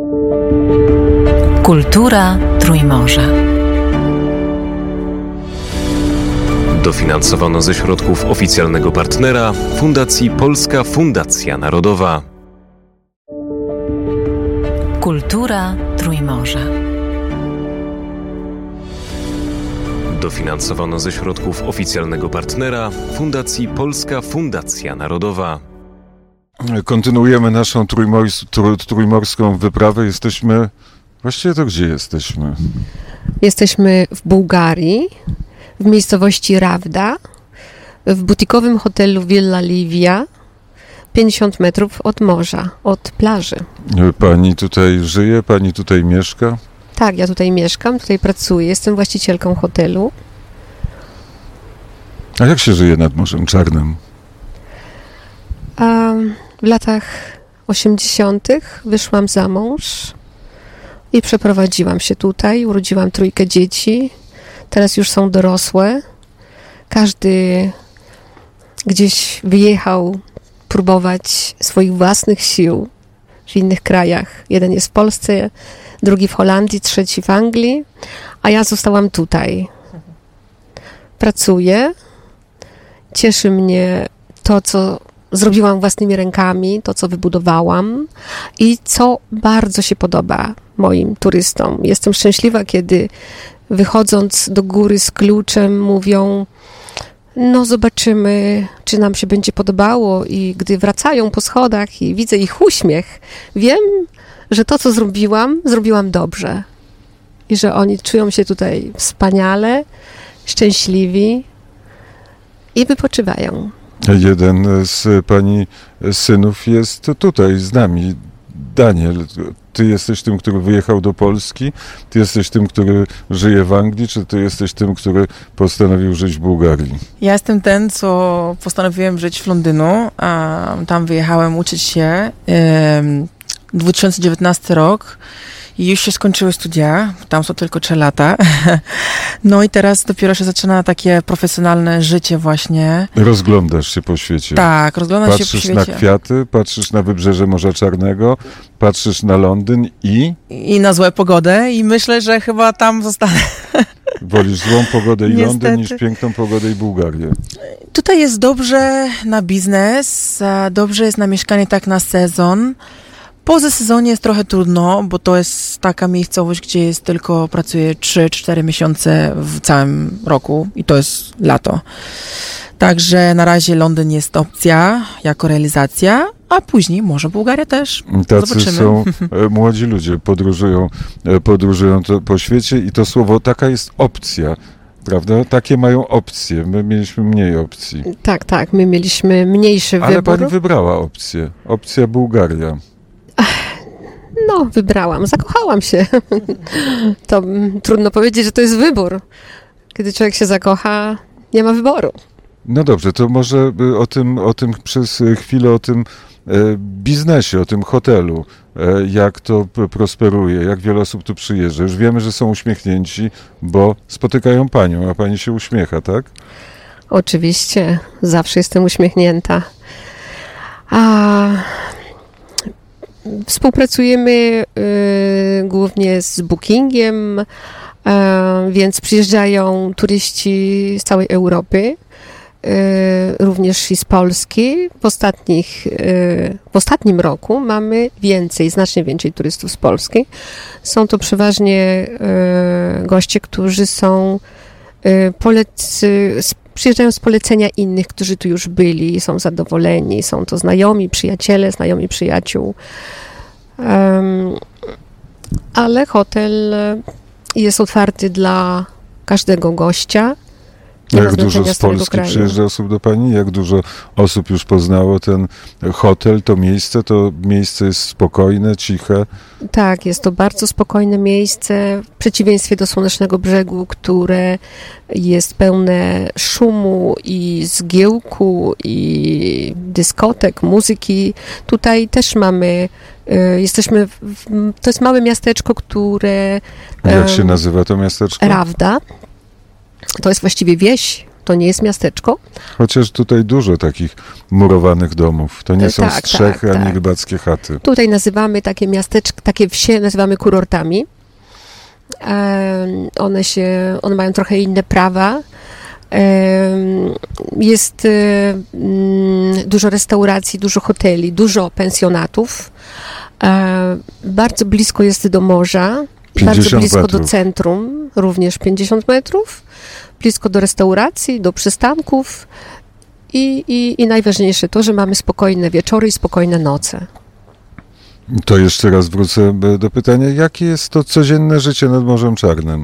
Kultura Trójmorza. Dofinansowano ze środków oficjalnego partnera Fundacji Polska Fundacja Narodowa. Kultura Trójmorza. Dofinansowano ze środków oficjalnego partnera Fundacji Polska Fundacja Narodowa. Kontynuujemy naszą trójmorską wyprawę. Jesteśmy... Właściwie to gdzie jesteśmy? Jesteśmy w Bułgarii, w miejscowości Rawda, w butikowym hotelu Villa Livia, 50 metrów od morza, od plaży. Pani tutaj żyje? Pani tutaj mieszka? Tak, ja tutaj mieszkam, tutaj pracuję, jestem właścicielką hotelu. A jak się żyje nad Morzem Czarnym? W latach 80. wyszłam za mąż i przeprowadziłam się tutaj, urodziłam 3 dzieci, teraz już są dorosłe. Każdy gdzieś wyjechał próbować swoich własnych sił w innych krajach. Jeden jest w Polsce, drugi w Holandii, trzeci w Anglii, a ja zostałam tutaj. Pracuję, cieszy mnie to, co zrobiłam własnymi rękami, to, co wybudowałam i co bardzo się podoba moim turystom. Jestem szczęśliwa, kiedy wychodząc do góry z kluczem mówią: no zobaczymy, czy nam się będzie podobało, i gdy wracają po schodach i widzę ich uśmiech, wiem, że to, co zrobiłam dobrze i że oni czują się tutaj wspaniale, szczęśliwi i wypoczywają. Jeden z pani synów jest tutaj z nami, Daniel. Ty jesteś tym, który wyjechał do Polski? Ty jesteś tym, który żyje w Anglii? Czy ty jesteś tym, który postanowił żyć w Bułgarii? Ja jestem ten, co postanowiłem żyć w Londynu, a tam wyjechałem uczyć się. 2019 rok i już się skończyły studia, tam są tylko 3 lata. No i teraz dopiero się zaczyna takie profesjonalne życie właśnie. Rozglądasz się po świecie. Tak, rozglądam się po świecie. Patrzysz na kwiaty, patrzysz na wybrzeże Morza Czarnego, patrzysz na Londyn i na złą pogodę i myślę, że chyba tam zostanę. Wolisz złą pogodę i Niestety. Londyn niż piękną pogodę i Bułgarię. Tutaj jest dobrze na biznes, dobrze jest na mieszkanie tak na sezon. Poza sezonie jest trochę trudno, bo to jest taka miejscowość, gdzie jest tylko pracuje 3-4 miesiące w całym roku i to jest lato. Także na razie Londyn jest opcja jako realizacja, a później może Bułgaria też. Tacy Zobaczymy. są młodzi ludzie, podróżują po świecie i to słowo taka jest opcja. Prawda? Takie mają opcje. My mieliśmy mniej opcji. Tak, my mieliśmy mniejszy Ale wybór. pani wybrała opcję. Opcja Bułgaria. No, wybrałam, zakochałam się. To trudno powiedzieć, że to jest wybór. Kiedy człowiek się zakocha, nie ma wyboru. No dobrze, to może o tym przez chwilę, o tym biznesie, o tym hotelu, jak to prosperuje, jak wiele osób tu przyjeżdża. Już wiemy, że są uśmiechnięci, bo spotykają panią, a pani się uśmiecha, tak? Oczywiście, zawsze jestem uśmiechnięta. Współpracujemy głównie z Bookingiem, więc przyjeżdżają turyści z całej Europy, również i z Polski. W ostatnim roku mamy znacznie więcej turystów z Polski. Są to przeważnie goście, którzy są przyjeżdżają z polecenia innych, którzy tu już byli, są zadowoleni, są to znajomi, przyjaciele, znajomi przyjaciół. Ale hotel jest otwarty dla każdego gościa. Jak dużo z Polski przyjeżdża osób do pani? Jak dużo osób już poznało ten hotel, to miejsce? To miejsce jest spokojne, ciche? Tak, jest to bardzo spokojne miejsce, w przeciwieństwie do Słonecznego Brzegu, które jest pełne szumu i zgiełku i dyskotek, muzyki. Tutaj też mamy, to jest małe miasteczko, które... Jak się nazywa to miasteczko? Rawda. To jest właściwie wieś To nie jest miasteczko. Chociaż tutaj dużo takich murowanych domów. To nie są Tak, strzechy ani tak. rybackie chaty. Tutaj nazywamy takie miasteczka, takie wsie nazywamy kurortami. One mają trochę inne prawa. Jest dużo restauracji, dużo hoteli, dużo pensjonatów. Bardzo blisko jest do morza, 50 bardzo blisko metrów. do centrum, również 50 metrów. Blisko do restauracji, do przystanków i najważniejsze to, że mamy spokojne wieczory i spokojne noce. To jeszcze raz wrócę do pytania, jakie jest to codzienne życie nad Morzem Czarnym?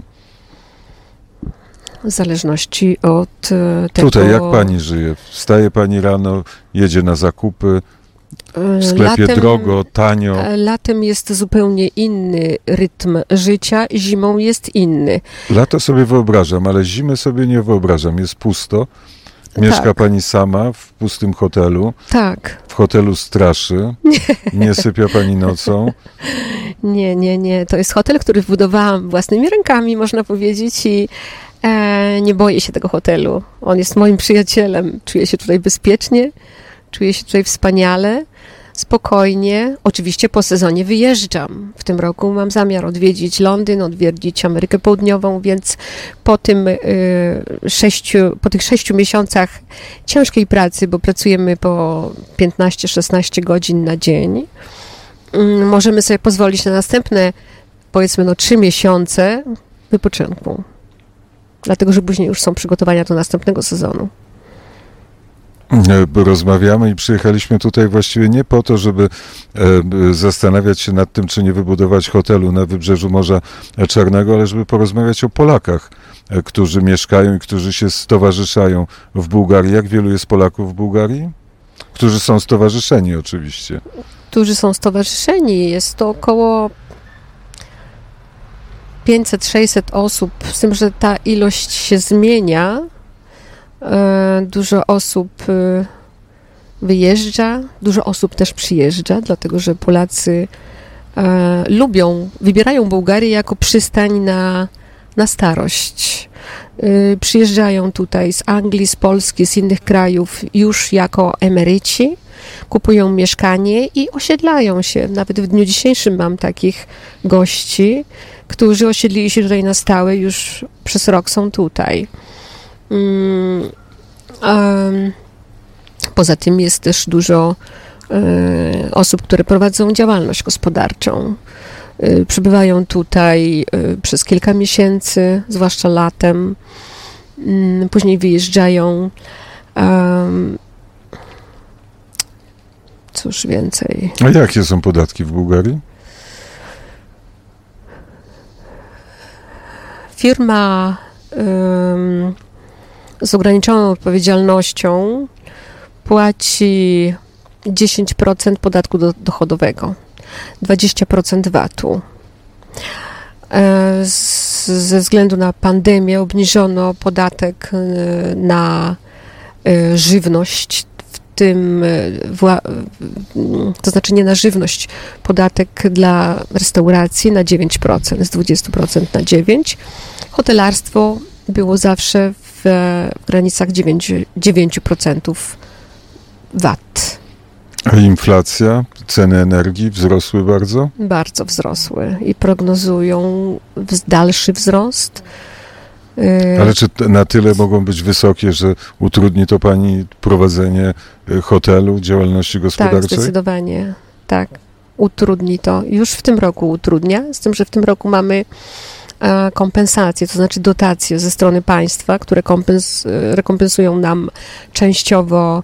W zależności od tego... Tutaj, jak pani żyje? Wstaje pani rano, jedzie na zakupy, w sklepie drogo, tanio. Latem jest zupełnie inny rytm życia, zimą jest inny. Lato sobie wyobrażam, ale zimy sobie nie wyobrażam. Jest pusto. Mieszka Tak. pani sama w pustym hotelu. Tak. W hotelu straszy. Nie sypia pani nocą. Nie. To jest hotel, który wybudowałam własnymi rękami, można powiedzieć, i nie boję się tego hotelu. On jest moim przyjacielem. Czuję się tutaj bezpiecznie, czuję się tutaj wspaniale, spokojnie. Oczywiście po sezonie wyjeżdżam. W tym roku mam zamiar odwiedzić Londyn, odwiedzić Amerykę Południową, więc po tych 6 miesiącach ciężkiej pracy, bo pracujemy po 15-16 godzin na dzień, możemy sobie pozwolić na następne, powiedzmy, 3 miesiące wypoczynku. Dlatego, że później już są przygotowania do następnego sezonu. Rozmawiamy i przyjechaliśmy tutaj właściwie nie po to, żeby zastanawiać się nad tym, czy nie wybudować hotelu na wybrzeżu Morza Czarnego, ale żeby porozmawiać o Polakach, którzy mieszkają i którzy się stowarzyszają w Bułgarii. Jak wielu jest Polaków w Bułgarii? Którzy są stowarzyszeni oczywiście. Którzy są stowarzyszeni. Jest to około 500-600 osób, z tym, że ta ilość się zmienia. Dużo osób wyjeżdża, dużo osób też przyjeżdża, dlatego że Polacy wybierają Bułgarię jako przystań na starość. Przyjeżdżają tutaj z Anglii, z Polski, z innych krajów już jako emeryci, kupują mieszkanie i osiedlają się. Nawet w dniu dzisiejszym mam takich gości, którzy osiedlili się tutaj na stałe, już przez rok są tutaj. Poza tym jest też dużo osób, które prowadzą działalność gospodarczą. Przybywają tutaj przez kilka miesięcy, zwłaszcza latem. Później wyjeżdżają. Cóż więcej. A jakie są podatki w Bułgarii? Firma z ograniczoną odpowiedzialnością płaci 10% podatku dochodowego, 20% VAT-u. Ze względu na pandemię obniżono podatek na żywność, to znaczy nie na żywność, podatek dla restauracji na 9%, z 20% na 9%. Hotelarstwo było zawsze w granicach 9% VAT. A inflacja, ceny energii wzrosły bardzo? Bardzo wzrosły i prognozują dalszy wzrost. Ale czy na tyle mogą być wysokie, że utrudni to pani prowadzenie hotelu, działalności gospodarczej? Tak, zdecydowanie. Tak, utrudni to. Już w tym roku utrudnia, z tym, że w tym roku mamy kompensacje, to znaczy dotacje ze strony państwa, które rekompensują nam częściowo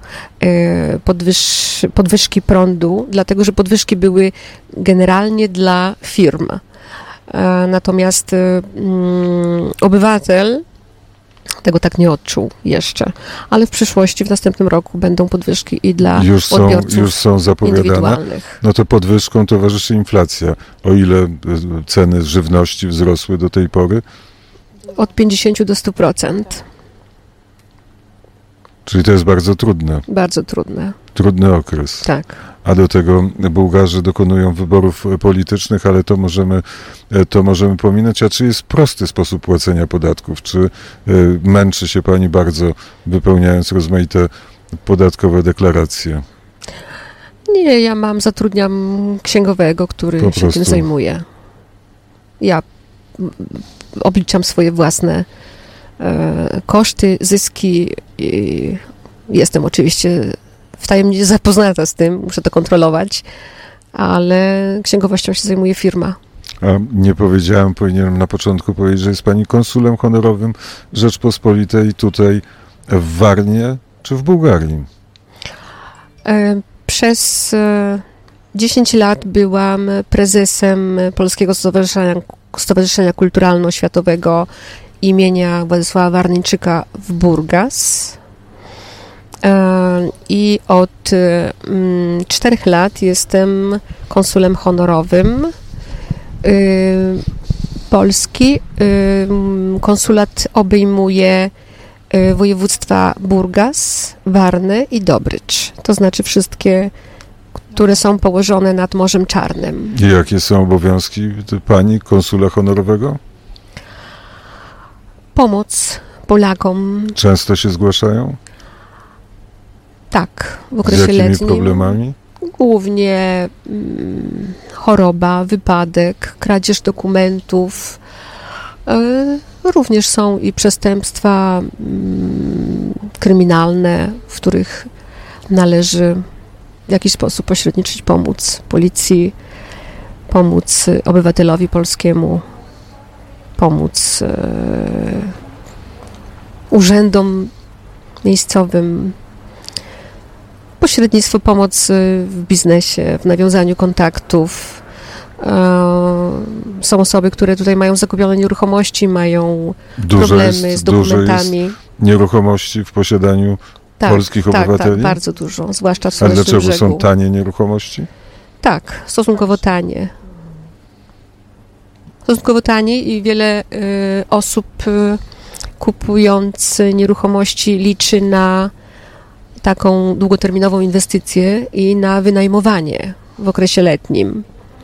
podwyżki prądu, dlatego że podwyżki były generalnie dla firm. Natomiast obywatel tego tak nie odczuł jeszcze, ale w przyszłości, w następnym roku będą podwyżki i dla odbiorców już są zapowiadane. Indywidualnych. No to podwyżką towarzyszy inflacja. O ile ceny żywności wzrosły do tej pory? Od 50 do 100%. Czyli to jest bardzo trudne. Bardzo trudne. Trudny okres. Tak. a do tego Bułgarzy dokonują wyborów politycznych, ale to możemy pominąć. A czy jest prosty sposób płacenia podatków? Czy męczy się pani bardzo, wypełniając rozmaite podatkowe deklaracje? Nie, ja zatrudniam księgowego, który się tym zajmuje. Ja obliczam swoje własne koszty, zyski i jestem oczywiście wtajemnie zapoznata z tym, muszę to kontrolować, ale księgowością się zajmuje firma. A nie powiedziałem, powinienem na początku powiedzieć, że jest pani konsulem honorowym Rzeczpospolitej tutaj w Warnie czy w Bułgarii? Przez 10 lat byłam prezesem Polskiego Stowarzyszenia Kulturalno-Światowego imienia Władysława Warneńczyka w Burgas. I od 4 lat jestem konsulem honorowym Polski. Konsulat obejmuje województwa Burgas, Warny i Dobrycz. To znaczy wszystkie, które są położone nad Morzem Czarnym. I jakie są obowiązki pani konsula honorowego? Pomóc Polakom. Często się zgłaszają? Tak, w okresie letnim. Z jakimi problemami? Głównie choroba, wypadek, kradzież dokumentów. Również są i przestępstwa kryminalne, w których należy w jakiś sposób pośredniczyć, pomóc policji, pomóc obywatelowi polskiemu, pomóc urzędom miejscowym, pośrednictwo, pomoc w biznesie, w nawiązaniu kontaktów. Są osoby, które tutaj mają zakupione nieruchomości, mają problemy z dokumentami. Dużo jest nieruchomości w posiadaniu polskich obywateli? Tak, bardzo dużo, zwłaszcza w Słonecznym Brzegu. A dlaczego są tanie nieruchomości? Tak, stosunkowo tanie. Stosunkowo tanie i wiele osób kupując nieruchomości liczy na taką długoterminową inwestycję i na wynajmowanie w okresie letnim.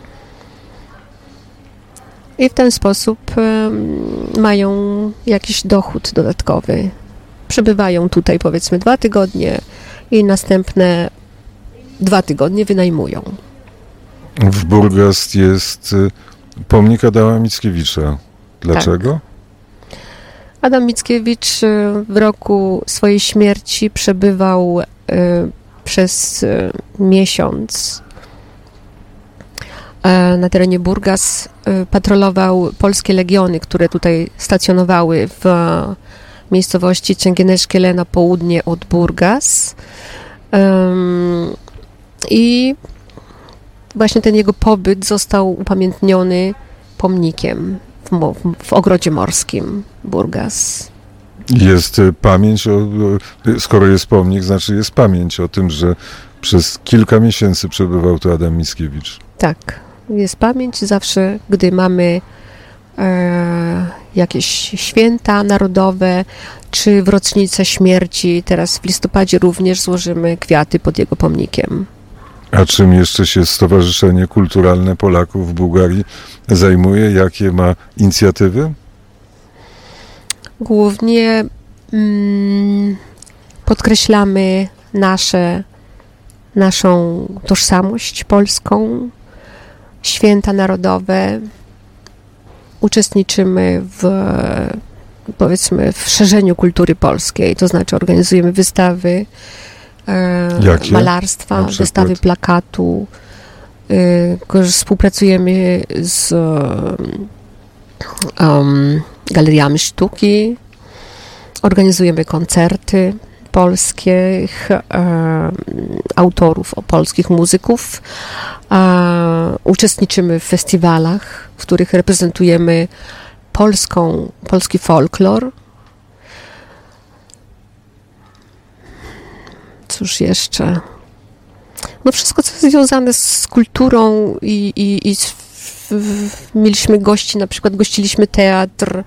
I w ten sposób mają jakiś dochód dodatkowy. Przebywają tutaj powiedzmy 2 tygodnie i następne 2 tygodnie wynajmują. W Burgas jest pomnik Adama Mickiewicza. Dlaczego? Tak. Adam Mickiewicz w roku swojej śmierci przebywał przez miesiąc na terenie Burgas, patrolował polskie legiony, które tutaj stacjonowały w miejscowości Cięgieneszkiele na południe od Burgas. I właśnie ten jego pobyt został upamiętniony pomnikiem w ogrodzie morskim Burgas. Jest pamięć, skoro jest pomnik, znaczy jest pamięć o tym, że przez kilka miesięcy przebywał tu Adam Mickiewicz. Tak, jest pamięć zawsze, gdy mamy jakieś święta narodowe, czy w rocznicę śmierci. Teraz w listopadzie również złożymy kwiaty pod jego pomnikiem. A czym jeszcze się Stowarzyszenie Kulturalne Polaków w Bułgarii zajmuje? Jakie ma inicjatywy? Głównie podkreślamy naszą tożsamość polską, święta narodowe. Uczestniczymy powiedzmy w szerzeniu kultury polskiej, to znaczy organizujemy wystawy malarstwa, wystawy plakatu. Współpracujemy z galeriami sztuki, organizujemy koncerty polskich autorów, polskich muzyków. Uczestniczymy w festiwalach, w których reprezentujemy polski folklor. Cóż jeszcze? No wszystko, co jest związane z kulturą i mieliśmy gości, na przykład gościliśmy teatr.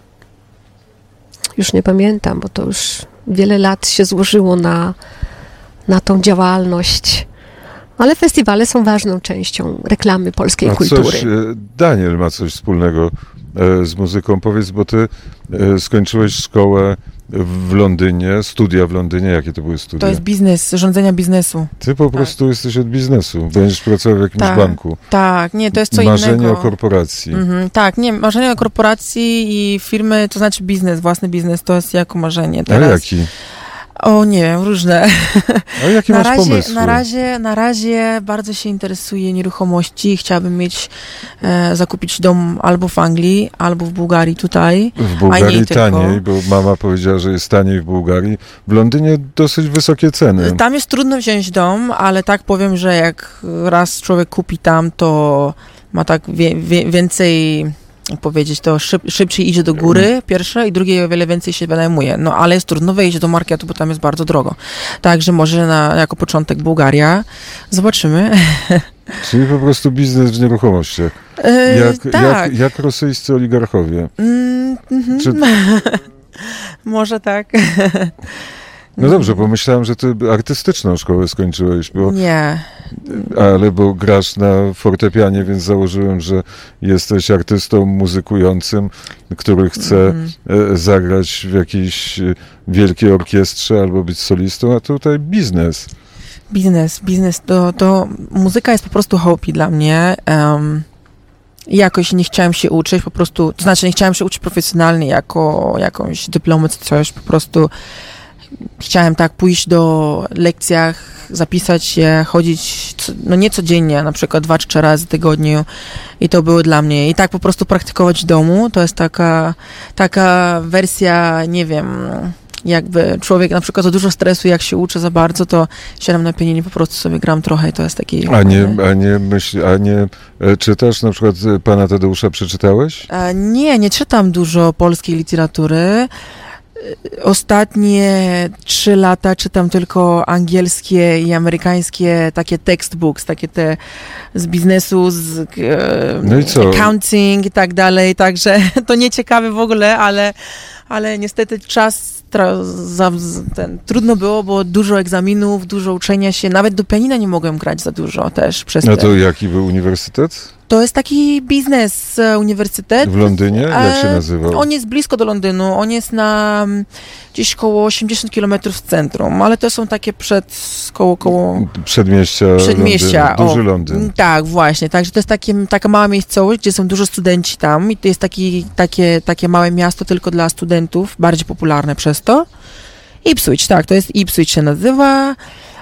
Już nie pamiętam, bo to już wiele lat się złożyło na tą działalność. Ale festiwale są ważną częścią reklamy polskiej kultury. Daniel ma coś wspólnego z muzyką. Powiedz, bo ty skończyłeś szkołę w Londynie, studia w Londynie. Jakie to były studia? To jest biznes, rządzenia biznesu. Ty po prostu jesteś od biznesu. Będziesz pracował w jakimś banku. Tak, nie, to jest co Marzenie innego. o korporacji. Tak, nie, marzenie o korporacji i firmy, to znaczy biznes, własny biznes, to jest jako marzenie teraz. A jaki? O nie wiem, różne. A jakie masz pomysły? Na razie bardzo się interesuję nieruchomości. Chciałabym zakupić dom albo w Anglii, albo w Bułgarii tutaj. W Bułgarii taniej, bo mama powiedziała, że jest taniej w Bułgarii. W Londynie dosyć wysokie ceny. Tam jest trudno wziąć dom, ale tak powiem, że jak raz człowiek kupi tam, to ma tak więcej... powiedzieć, to szybciej idzie do góry, pierwsze, i drugie o wiele więcej się wynajmuje. No, ale jest trudno wejść do marketu, bo tam jest bardzo drogo. Także może jako początek Bułgaria. Zobaczymy. Czyli po prostu biznes w nieruchomościach. Tak. Jak rosyjscy oligarchowie. Czy... Może tak. No dobrze, bo myślałem, że ty artystyczną szkołę skończyłeś, bo... Nie. Ale bo grasz na fortepianie, więc założyłem, że jesteś artystą muzykującym, który chce zagrać w jakiejś wielkiej orkiestrze albo być solistą, a tutaj biznes. Biznes, to muzyka jest po prostu hobby dla mnie. Jakoś nie chciałem się uczyć, po prostu, to znaczy nie chciałem się uczyć profesjonalnie jako jakąś dyplomę czy coś, po prostu chciałem tak pójść do lekcjach, zapisać się, chodzić, no nie codziennie, na przykład 2 czy 3 razy w tygodniu, i to było dla mnie. I tak po prostu praktykować w domu, to jest taka wersja, nie wiem, jakby człowiek na przykład za dużo stresu, jak się uczy za bardzo, to siadam na pianinie, po prostu sobie gram trochę i to jest taki... A nie czytasz, na przykład pana Tadeusza przeczytałeś? Nie czytam dużo polskiej literatury. Ostatnie 3 lata czytam tylko angielskie i amerykańskie takie textbooks, takie te z biznesu, no i co? Accounting i tak dalej, także to nieciekawe w ogóle, ale niestety czas trudno było, bo dużo egzaminów, dużo uczenia się, nawet do pianina nie mogłem grać za dużo też przez No to jaki był uniwersytet? To jest taki biznes uniwersytet. W Londynie? Jak się nazywał? On jest blisko do Londynu. On jest na gdzieś koło 80 km w centrum, ale to są takie koło... Przedmieścia Londynu, duży Londyn. Tak, właśnie. Także to jest taka mała miejscowość, gdzie są dużo studenci tam i to jest takie małe miasto tylko dla studentów, bardziej popularne przez to. Ipswich, tak, to jest Ipswich się nazywa.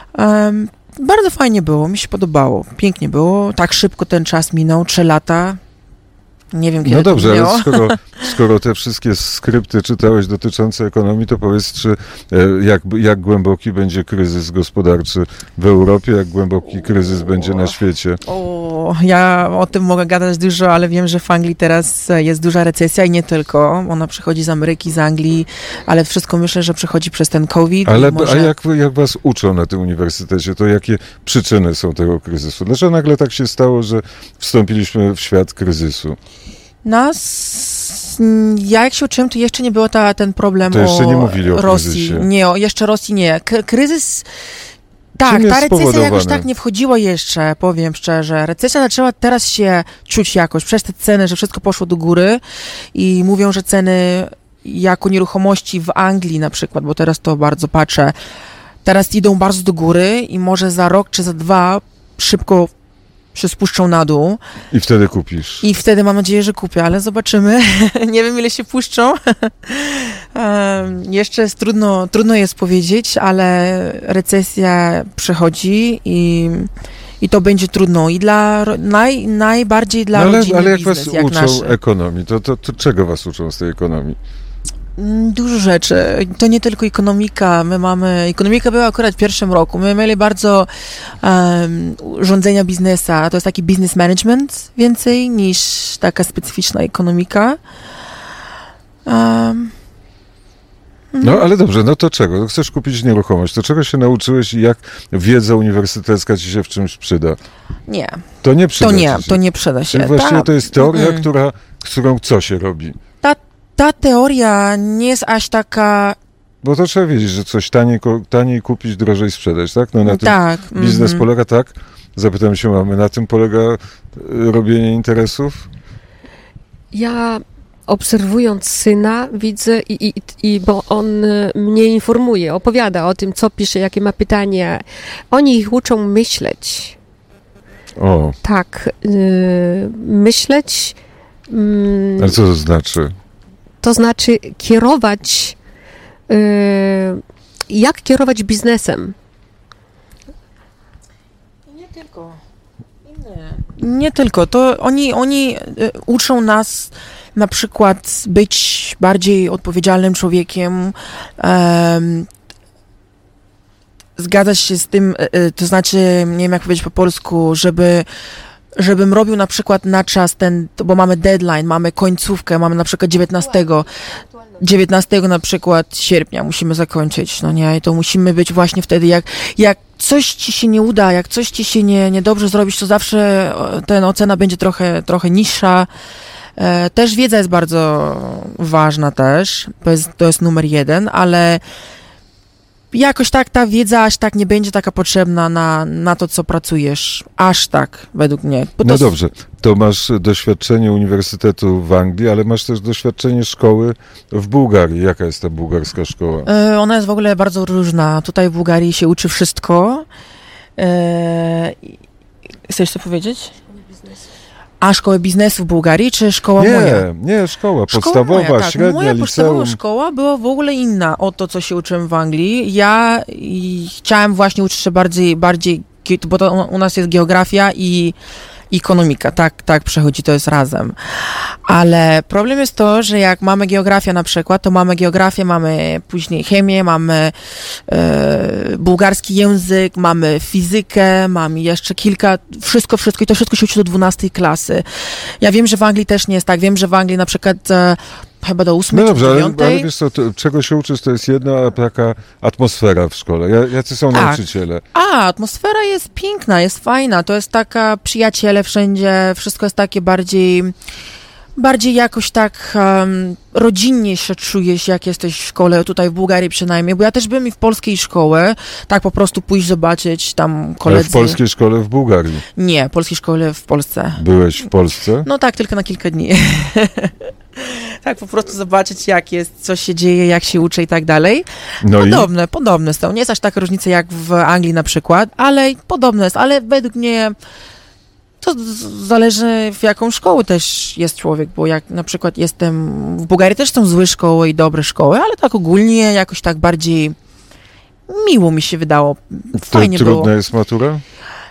Bardzo fajnie było, mi się podobało, pięknie było, tak szybko ten czas minął, 3 lata, nie wiem kiedy. No dobrze, to ale skoro te wszystkie skrypty czytałeś dotyczące ekonomii, to powiedz, czy jak głęboki będzie kryzys gospodarczy w Europie, jak głęboki kryzys będzie na świecie? Ja o tym mogę gadać dużo, ale wiem, że w Anglii teraz jest duża recesja i nie tylko. Ona przychodzi z Ameryki, z Anglii, ale wszystko myślę, że przychodzi przez ten COVID. A jak was uczą na tym uniwersytecie, to jakie przyczyny są tego kryzysu? Dlaczego nagle tak się stało, że wstąpiliśmy w świat kryzysu? Ja jak się uczyłem, to jeszcze nie było ten problem to jeszcze nie mówili o Rosji. Kryzysie. Nie, jeszcze Rosji nie. Kryzys... Tak, ta recesja jakoś tak nie wchodziła jeszcze, powiem szczerze. Recesja zaczęła teraz się czuć jakoś przez te ceny, że wszystko poszło do góry i mówią, że ceny jako nieruchomości w Anglii na przykład, bo teraz to bardzo patrzę, teraz idą bardzo do góry i może za rok czy za 2 szybko się spuszczą na dół. I wtedy kupisz. I wtedy mam nadzieję, że kupię, ale zobaczymy. Nie wiem, ile się puszczą. Jeszcze jest trudno jest powiedzieć, ale recesja przychodzi i to będzie trudno. I najbardziej dla rodziny ale jak biznes, was jak uczą nasze. Ekonomii, to czego was uczą z tej ekonomii? Dużo rzeczy. To nie tylko ekonomika. Ekonomika była akurat w pierwszym roku. My mieli bardzo rządzenia biznesa. To jest taki business management więcej niż taka specyficzna ekonomika. No ale dobrze, no to czego? Chcesz kupić nieruchomość. To czego się nauczyłeś i jak wiedza uniwersytecka ci się w czymś przyda? Nie. To nie przyda się. To nie przyda się. Czyli właściwie to jest teoria, którą co się robi? Ta teoria nie jest aż taka Bo to trzeba wiedzieć, że coś taniej kupić, drożej sprzedać, tak? No na tym Tak. biznes polega, tak? Zapytam się mamy, na tym polega robienie interesów? Ja obserwując syna widzę bo on mnie informuje, opowiada o tym, co pisze, jakie ma pytania. Oni ich uczą myśleć. O, Tak, myśleć. ale co to znaczy? To znaczy kierować, jak kierować biznesem. Nie tylko. To oni uczą nas na przykład być bardziej odpowiedzialnym człowiekiem, zgadzać się z tym, to znaczy, nie wiem jak powiedzieć po polsku, żebym robił na przykład na czas bo mamy deadline, mamy końcówkę, mamy na przykład 19 na przykład sierpnia musimy zakończyć, no nie, i to musimy być właśnie wtedy, jak coś ci się nie uda, jak coś ci się niedobrze zrobisz, to zawsze ta ocena będzie trochę niższa. Też wiedza jest bardzo ważna też, to jest numer 1, ale jakoś tak ta wiedza aż tak nie będzie taka potrzebna na to, co pracujesz. Aż tak, według mnie. No dobrze, to masz doświadczenie uniwersytetu w Anglii, ale masz też doświadczenie szkoły w Bułgarii. Jaka jest ta bułgarska szkoła? Ona jest w ogóle bardzo różna. Tutaj w Bułgarii się uczy wszystko. Chcesz co powiedzieć? A szkołę biznesu w Bułgarii, czy szkoła moja? Nie, szkoła podstawowa, moja, tak. średnia, Moja liceum. podstawowa szkoła była w ogóle inna od to, co się uczyłem w Anglii. Ja chciałem właśnie uczyć się bardziej, bo to u nas jest geografia i ekonomika, tak przechodzi, to jest razem. Ale problem jest to, że jak mamy geografię na przykład, to mamy geografię, mamy później chemię, mamy bułgarski język, mamy fizykę, mamy jeszcze wszystko i to wszystko się uczy do 12 klasy. Ja wiem, że w Anglii też nie jest tak. Wiem, że w Anglii na przykład chyba do 8 No dobrze, czy 9. ale wiesz co, czego się uczysz, to jest jedna, a taka atmosfera w szkole. Jacy są nauczyciele? Atmosfera jest piękna, jest fajna, to jest taka przyjaciele wszędzie, wszystko jest takie bardziej jakoś tak rodzinnie się czujesz, jak jesteś w szkole, tutaj w Bułgarii przynajmniej, bo ja też byłem i w polskiej szkole, tak po prostu pójść zobaczyć tam koledzy. Ale w polskiej szkole w Bułgarii? Nie, w polskiej szkole w Polsce. Byłeś w Polsce? No tak, tylko na kilka dni. Tak, po prostu zobaczyć, jak jest, co się dzieje, jak się uczy i tak dalej. No podobne są. Nie jest aż taka różnica jak w Anglii na przykład, ale podobne jest, ale według mnie to zależy, w jaką szkołę też jest człowiek, bo jak na przykład jestem w Bułgarii, też są złe szkoły i dobre szkoły, ale tak ogólnie jakoś tak bardziej miło mi się wydało. Fajnie to było. Trudna jest matura?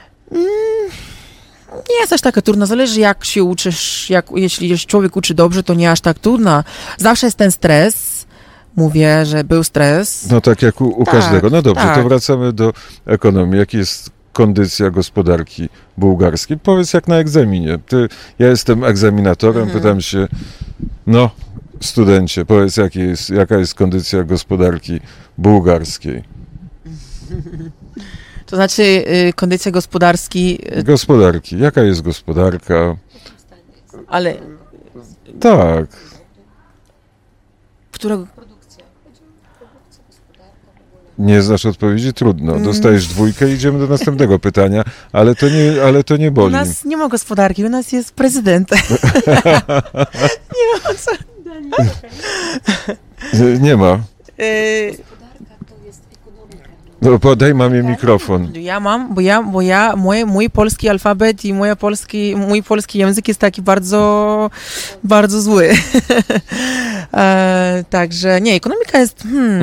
Nie jest aż taka trudna, zależy jak się uczysz, jeśli człowiek uczy dobrze, to nie aż tak trudna. Zawsze jest ten stres, mówię, że był stres. No tak jak u każdego. No dobrze, tak. To wracamy do ekonomii. Jaki jest kondycja gospodarki bułgarskiej? Powiedz jak na egzaminie. Ja jestem egzaminatorem, pytam się, no studencie, powiedz jaka jest kondycja gospodarki bułgarskiej? To znaczy kondycja gospodarki... Gospodarki. Jaka jest gospodarka? Ale... Tak. Którego... Nie znasz odpowiedzi? Trudno. Dostajesz 2 i idziemy do następnego pytania, ale to nie boli. U nas nie ma gospodarki, u nas jest prezydent. Nie ma co... Nie ma. No, podaj mamie mikrofon. Ja mam, mój polski alfabet i mój polski język jest taki bardzo, bardzo zły. Także nie, ekonomika jest...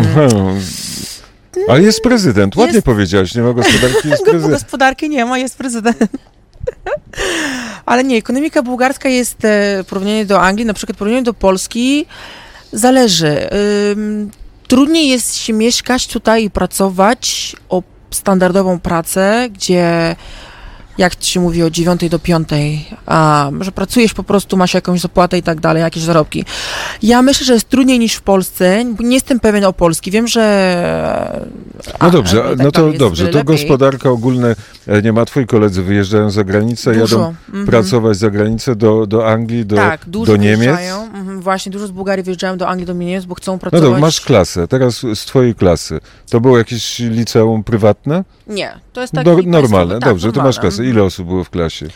Ale jest prezydent, ładnie powiedziałeś, nie ma gospodarki, jest prezydent. Gospodarki nie ma, jest prezydent. Ale nie, ekonomika bułgarska jest w porównaniu do Anglii, na przykład w porównaniu do Polski, zależy. Trudniej jest się mieszkać tutaj i pracować o standardową pracę, gdzie jak się mówi, od 9 do 5, że pracujesz po prostu, masz jakąś zapłatę i tak dalej, jakieś zarobki. Ja myślę, że jest trudniej niż w Polsce, bo nie jestem pewien o Polski. Wiem, że... No dobrze, tak no to jest dobrze, to lepiej. gospodarka ogólna nie ma. Twoi koledzy wyjeżdżają za granicę, jadą pracować za granicę do Anglii, do Niemiec. Właśnie, dużo z Bułgarii wyjeżdżają do Anglii, do Niemiec, bo chcą No pracować... dobra, masz klasę, teraz z twojej klasy. To było jakieś liceum prywatne? Nie, to jest taki... Normalne, dobrze, to masz klasę. klasę. Ile osób było w klasie?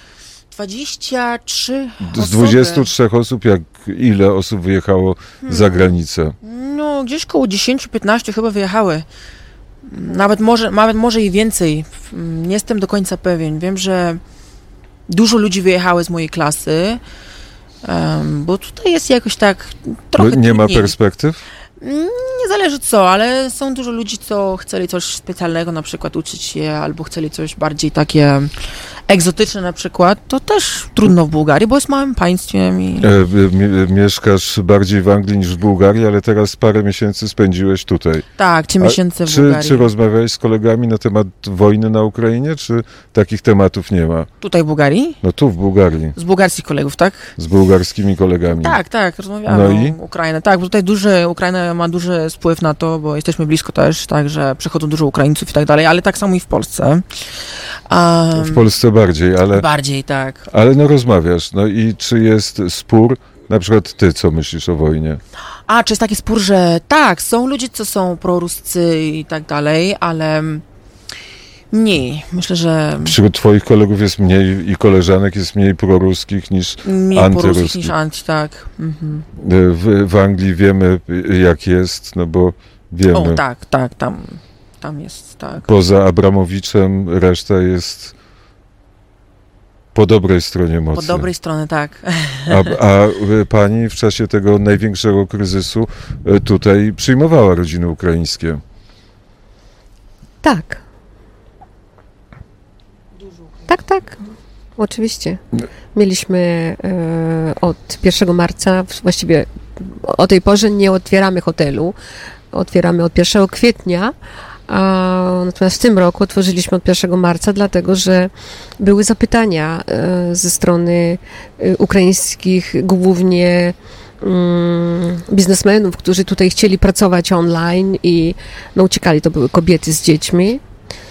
23 Z osoby. 23 osób, ile osób wyjechało za granicę? No, gdzieś koło 10-15 chyba wyjechały. Nawet może i więcej. Nie jestem do końca pewien. Wiem, że dużo ludzi wyjechało z mojej klasy, bo tutaj jest jakoś tak trochę Nie ma trudniej. perspektyw? Nie zależy co, ale są dużo ludzi, co chcieli coś specjalnego, na przykład uczyć się, albo chcieli coś bardziej takie egzotyczne na przykład. To też trudno w Bułgarii, bo jest małym państwem. Mieszkasz bardziej w Anglii niż w Bułgarii, ale teraz parę miesięcy spędziłeś tutaj. Tak, 3 miesiące w Bułgarii. Czy rozmawiałeś z kolegami na temat wojny na Ukrainie, czy takich tematów nie ma? Tutaj w Bułgarii? No tu w Bułgarii. Z bułgarskich kolegów, tak? Z bułgarskimi kolegami. Tak, rozmawiamy o Ukrainie. Tak, bo tutaj Ukraina ma duży wpływ na to, bo jesteśmy blisko też, także przychodzą dużo Ukraińców i tak dalej, ale tak samo i w Polsce. W Polsce bardziej, ale... Bardziej, tak. Ale no rozmawiasz, no i czy jest spór? Na przykład ty, co myślisz o wojnie? Czy jest taki spór, że tak, są ludzie, co są proruscy i tak dalej, ale nie, myślę, że... Wśród twoich kolegów jest mniej i koleżanek jest mniej proruskich niż antyruskich. Tak. Mhm. W Anglii wiemy, jak jest, no bo wiemy. Tak, tam jest, tak. Poza Abramowiczem reszta jest po dobrej stronie mocy. Po dobrej stronie, tak. A pani w czasie tego największego kryzysu tutaj przyjmowała rodziny ukraińskie? Tak. Tak. Oczywiście. Mieliśmy od 1 marca, właściwie o tej porze nie otwieramy hotelu. Otwieramy od 1 kwietnia, natomiast w tym roku otworzyliśmy od 1 marca, dlatego że były zapytania ze strony ukraińskich, głównie biznesmenów, którzy tutaj chcieli pracować online i uciekali. To były kobiety z dziećmi.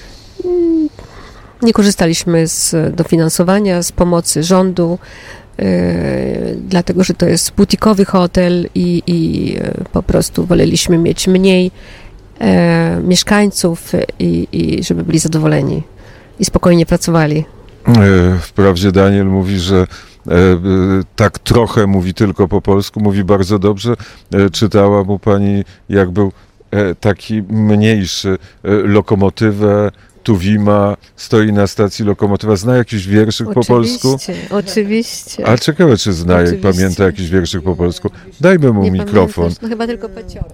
Nie korzystaliśmy z dofinansowania, z pomocy rządu, dlatego że to jest butikowy hotel i po prostu woleliśmy mieć mniej mieszkańców i żeby byli zadowoleni i spokojnie pracowali. Wprawdzie Daniel mówi, że tak trochę mówi tylko po polsku, mówi bardzo dobrze. Czytała mu pani, jak był taki mniejszy, Lokomotywę, Tuwima, stoi na stacji Lokomotywa. Zna jakiś wierszyk po polsku? Oczywiście. A ciekawe, czy zna, jak pamięta jakiś wierszyk po polsku. Dajmy mu mikrofon. Pamiętasz? No chyba tylko Paciorek.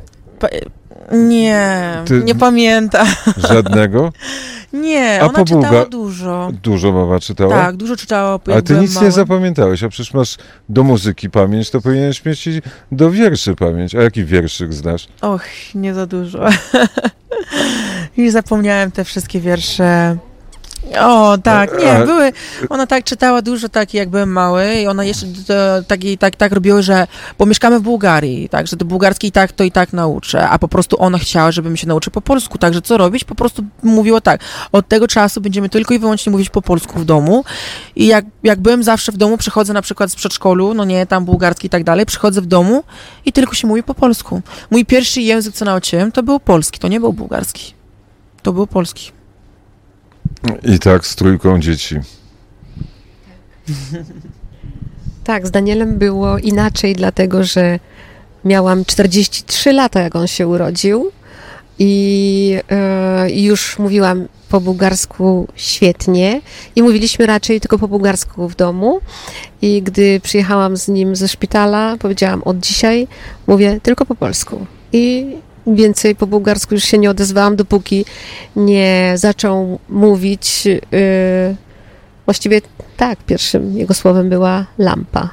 Nie pamiętam. Żadnego? Nie, A ona czytała dużo. Dużo mama czytała? Tak, dużo czytała. A ty nic nie zapamiętałeś, a przecież masz do muzyki pamięć, to powinieneś mieć i do wierszy pamięć. A jaki wierszyk znasz? Och, nie za dużo. Już zapomniałem te wszystkie wiersze. Tak, nie, były, ona tak czytała dużo, tak jak byłem mały i ona jeszcze tak robiła, że, bo mieszkamy w Bułgarii, tak, że do bułgarskiej to i tak nauczę, a po prostu ona chciała, żebym się nauczył po polsku, także co robić? Po prostu mówiła tak, od tego czasu będziemy tylko i wyłącznie mówić po polsku w domu i jak byłem zawsze w domu, przychodzę na przykład z przedszkolu, tam bułgarski i tak dalej, przychodzę w domu i tylko się mówi po polsku. Mój pierwszy język, co nauczyłem, to był polski, to nie był bułgarski, to był polski. I tak z trójką dzieci. Tak, z Danielem było inaczej, dlatego że miałam 43 lata, jak on się urodził i już mówiłam po bułgarsku świetnie i mówiliśmy raczej tylko po bułgarsku w domu i gdy przyjechałam z nim ze szpitala, powiedziałam, od dzisiaj mówię tylko po polsku i więcej po bułgarsku już się nie odezwałam, dopóki nie zaczął mówić. Właściwie tak, pierwszym jego słowem była lampa.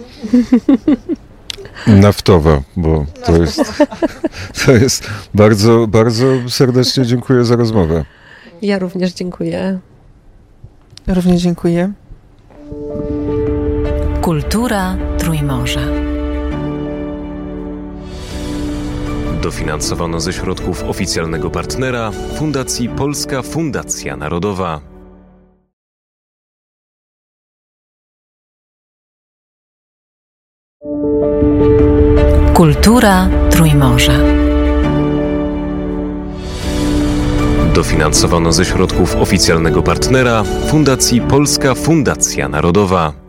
Naftowa, bo to jest bardzo, bardzo serdecznie dziękuję za rozmowę. Ja również dziękuję. Również dziękuję. Kultura Trójmorza. Dofinansowano ze środków oficjalnego partnera Fundacji Polska Fundacja Narodowa. Kultura Trójmorza. Dofinansowano ze środków oficjalnego partnera Fundacji Polska Fundacja Narodowa.